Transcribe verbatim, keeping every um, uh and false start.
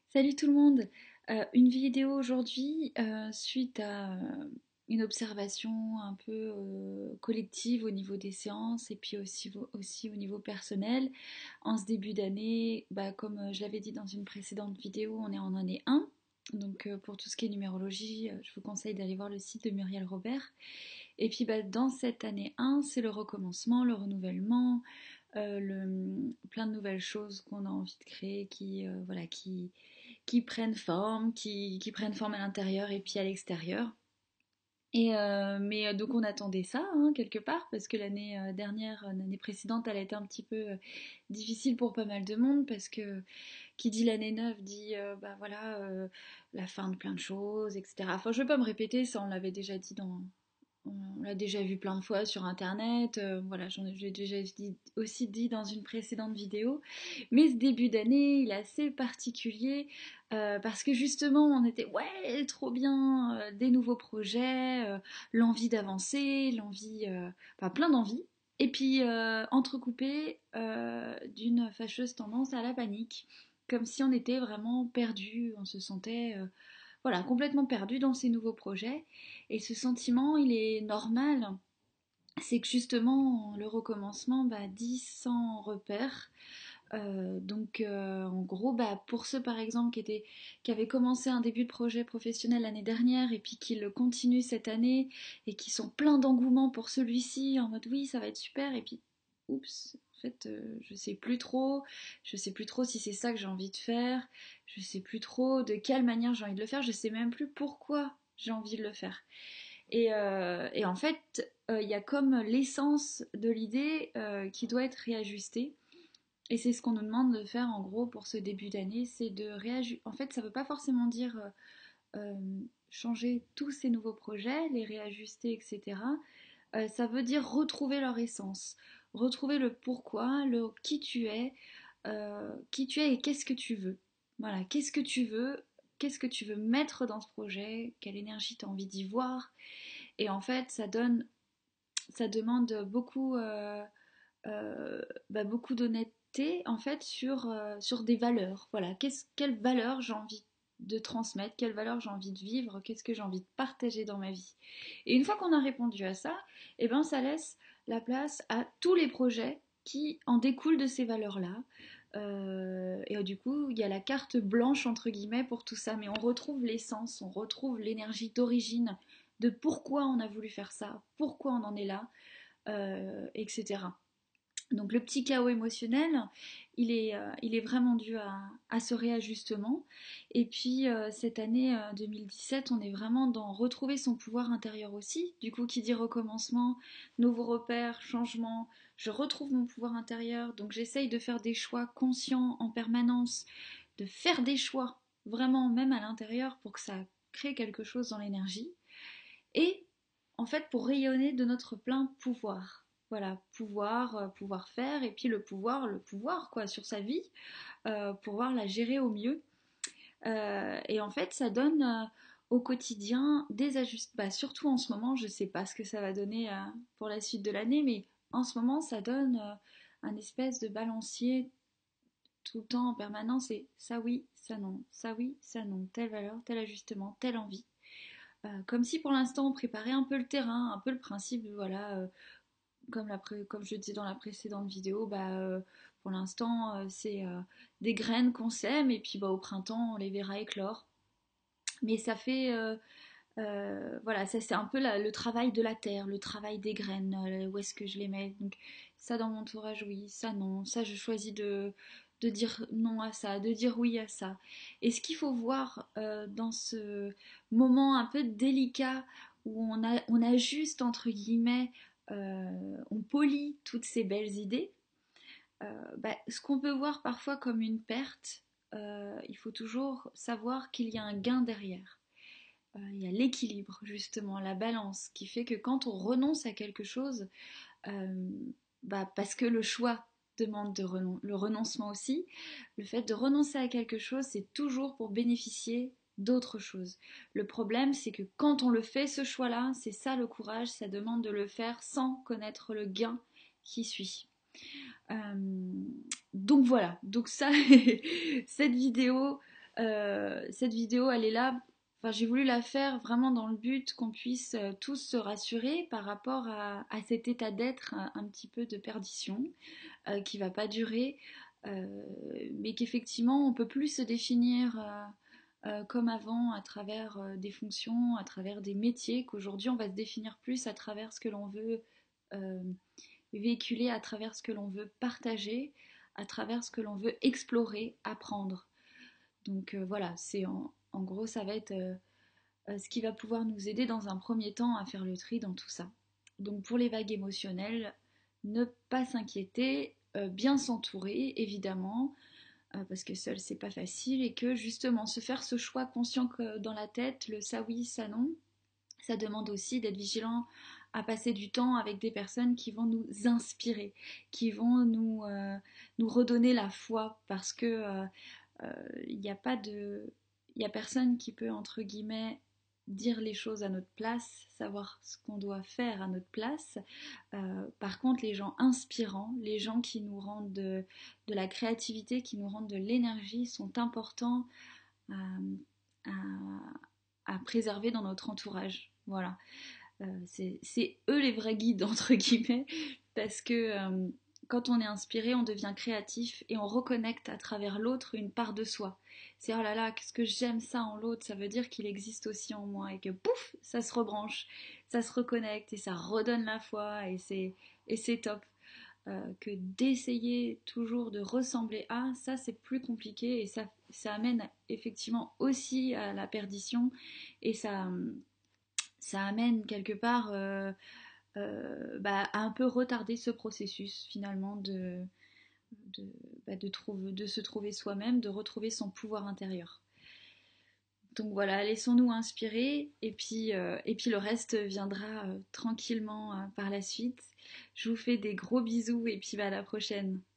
Salut tout le monde. Euh, une vidéo aujourd'hui euh, suite à euh, une observation un peu euh, collective au niveau des séances et puis aussi, aussi au niveau personnel. En ce début d'année, bah, comme euh, je l'avais dit dans une précédente vidéo, on est en année un. Donc euh, pour tout ce qui est numérologie, euh, je vous conseille d'aller voir le site de Muriel Robert. Et puis bah, dans cette année un, c'est le recommencement, le renouvellement, euh, le, plein de nouvelles choses qu'on a envie de créer qui, euh, voilà, qui, qui prennent forme, qui, qui prennent forme à l'intérieur et puis à l'extérieur. Et euh, mais euh, donc on attendait ça hein, quelque part parce que l'année euh, dernière, euh, l'année précédente, elle a été un petit peu euh, difficile pour pas mal de monde parce que qui dit l'année neuve dit euh, bah voilà euh, la fin de plein de choses, et cetera. Enfin je vais pas me répéter, ça on l'avait déjà dit dans, on l'a déjà vu plein de fois sur internet, euh, voilà, j'en ai, j'ai déjà dit, aussi dit dans une précédente vidéo. Mais ce début d'année, il est assez particulier euh, parce que justement, on était ouais, trop bien, euh, des nouveaux projets, euh, l'envie d'avancer, l'envie, euh, enfin plein d'envie. Et puis euh, entrecoupé euh, d'une fâcheuse tendance à la panique, comme si on était vraiment perdu, on se sentait euh, voilà, complètement perdu dans ses nouveaux projets. Et ce sentiment, il est normal. C'est que justement, le recommencement bah, dit sans repère. Euh, donc, euh, en gros, bah, pour ceux par exemple qui, étaient, qui avaient commencé un début de projet professionnel l'année dernière et puis qui le continuent cette année et qui sont pleins d'engouement pour celui-ci, en mode oui, ça va être super, et puis oups, en fait, euh, je sais plus trop, je sais plus trop si c'est ça que j'ai envie de faire, je sais plus trop de quelle manière j'ai envie de le faire, je sais même plus pourquoi j'ai envie de le faire. Et, euh, et en fait, euh, il y a comme l'essence de l'idée euh, qui doit être réajustée. Et c'est ce qu'on nous demande de faire en gros pour ce début d'année, c'est de réajuster. En fait, ça ne veut pas forcément dire euh, euh, changer tous ces nouveaux projets, les réajuster, et cetera. Euh, ça veut dire retrouver leur essence, retrouver le pourquoi, le qui tu es, euh, qui tu es et qu'est-ce que tu veux. Voilà, qu'est-ce que tu veux, qu'est-ce que tu veux mettre dans ce projet, quelle énergie tu as envie d'y voir. Et en fait, ça donne, ça demande beaucoup, euh, euh, bah, beaucoup d'honnêteté en fait sur, euh, sur des valeurs. Voilà, qu'est-ce, quelles valeurs j'ai envie de transmettre, quelles valeurs j'ai envie de vivre, qu'est-ce que j'ai envie de partager dans ma vie. Et une fois qu'on a répondu à ça, eh ben, ça laisse la place à tous les projets qui en découlent de ces valeurs-là. Euh, et euh, du coup, il y a la carte blanche entre guillemets pour tout ça, mais on retrouve l'essence, on retrouve l'énergie d'origine de pourquoi on a voulu faire ça, pourquoi on en est là, euh, et cetera. Donc le petit chaos émotionnel, il est, euh, il est vraiment dû à, à ce réajustement. Et puis euh, cette année euh, deux mille dix-sept, on est vraiment dans retrouver son pouvoir intérieur aussi. Du coup, qui dit recommencement, nouveaux repères, changement, je retrouve mon pouvoir intérieur. Donc j'essaye de faire des choix conscients en permanence, de faire des choix vraiment même à l'intérieur pour que ça crée quelque chose dans l'énergie. Et en fait pour rayonner de notre plein pouvoir. Voilà, pouvoir, euh, pouvoir faire, et puis le pouvoir, le pouvoir quoi, sur sa vie, euh, pouvoir la gérer au mieux. Euh, et en fait, ça donne euh, au quotidien des ajustements. Bah, surtout en ce moment, je sais pas ce que ça va donner euh, pour la suite de l'année, mais en ce moment, ça donne euh, un espèce de balancier tout le temps en permanence. Et ça oui, ça non, ça oui, ça non, telle valeur, tel ajustement, telle envie. Euh, comme si pour l'instant on préparait un peu le terrain, un peu le principe, voilà, euh, comme, la comme je le disais dans la précédente vidéo, bah, euh, pour l'instant euh, c'est euh, des graines qu'on sème et puis bah, au printemps on les verra éclore. Mais ça fait, euh, euh, voilà, ça c'est un peu la, le travail de la terre, le travail des graines, euh, où est-ce que je les mets. Donc ça dans mon entourage, oui, ça non, ça je choisis de, de dire non à ça, de dire oui à ça. Et ce qu'il faut voir euh, dans ce moment un peu délicat où on, a, on ajuste entre guillemets, euh, on polit toutes ces belles idées, euh, bah, ce qu'on peut voir parfois comme une perte, euh, il faut toujours savoir qu'il y a un gain derrière. Euh, il y a l'équilibre, justement, la balance, qui fait que quand on renonce à quelque chose, euh, bah, parce que le choix demande de renon le renoncement aussi, le fait de renoncer à quelque chose, c'est toujours pour bénéficier d'autre chose. Le problème, c'est que quand on le fait, ce choix-là, c'est ça le courage, ça demande de le faire sans connaître le gain qui suit. Euh, donc voilà, donc ça, cette vidéo, Euh, cette vidéo, elle est là. Enfin, j'ai voulu la faire vraiment dans le but qu'on puisse euh, tous se rassurer par rapport à, à cet état d'être un, un petit peu de perdition euh, qui va pas durer, euh, mais qu'effectivement on peut plus se définir euh, euh, comme avant à travers euh, des fonctions, à travers des métiers, qu'aujourd'hui on va se définir plus à travers ce que l'on veut euh, véhiculer, à travers ce que l'on veut partager, à travers ce que l'on veut explorer, apprendre. Donc euh, voilà, c'est en, en gros ça va être euh, euh, ce qui va pouvoir nous aider dans un premier temps à faire le tri dans tout ça. Donc pour les vagues émotionnelles, ne pas s'inquiéter, euh, bien s'entourer évidemment, euh, parce que seul c'est pas facile et que justement se faire ce choix conscient que dans la tête, le ça oui, ça non, ça demande aussi d'être vigilant à passer du temps avec des personnes qui vont nous inspirer, qui vont nous, euh, nous redonner la foi, parce que euh, euh, il n'y a pas de, il y a personne qui peut entre guillemets dire les choses à notre place, savoir ce qu'on doit faire à notre place. Euh, par contre, les gens inspirants, les gens qui nous rendent de, de la créativité, qui nous rendent de l'énergie, sont importants à, à, à préserver dans notre entourage. Voilà. Euh, c'est, c'est eux les vrais guides, entre guillemets, parce que euh, quand on est inspiré, on devient créatif et on reconnecte à travers l'autre une part de soi. C'est oh là là, qu'est-ce que j'aime ça en l'autre, ça veut dire qu'il existe aussi en moi et que pouf, ça se rebranche, ça se reconnecte et ça redonne la foi et c'est, et c'est top. Euh, que d'essayer toujours de ressembler à, ça c'est plus compliqué et ça, ça amène effectivement aussi à la perdition et ça, ça amène quelque part euh, euh, bah, à un peu retarder ce processus finalement de, de, bah, de, trouver, de se trouver soi-même, de retrouver son pouvoir intérieur. Donc voilà, laissons-nous inspirer et puis, euh, et puis le reste viendra euh, tranquillement euh, par la suite. Je vous fais des gros bisous et puis bah, à la prochaine.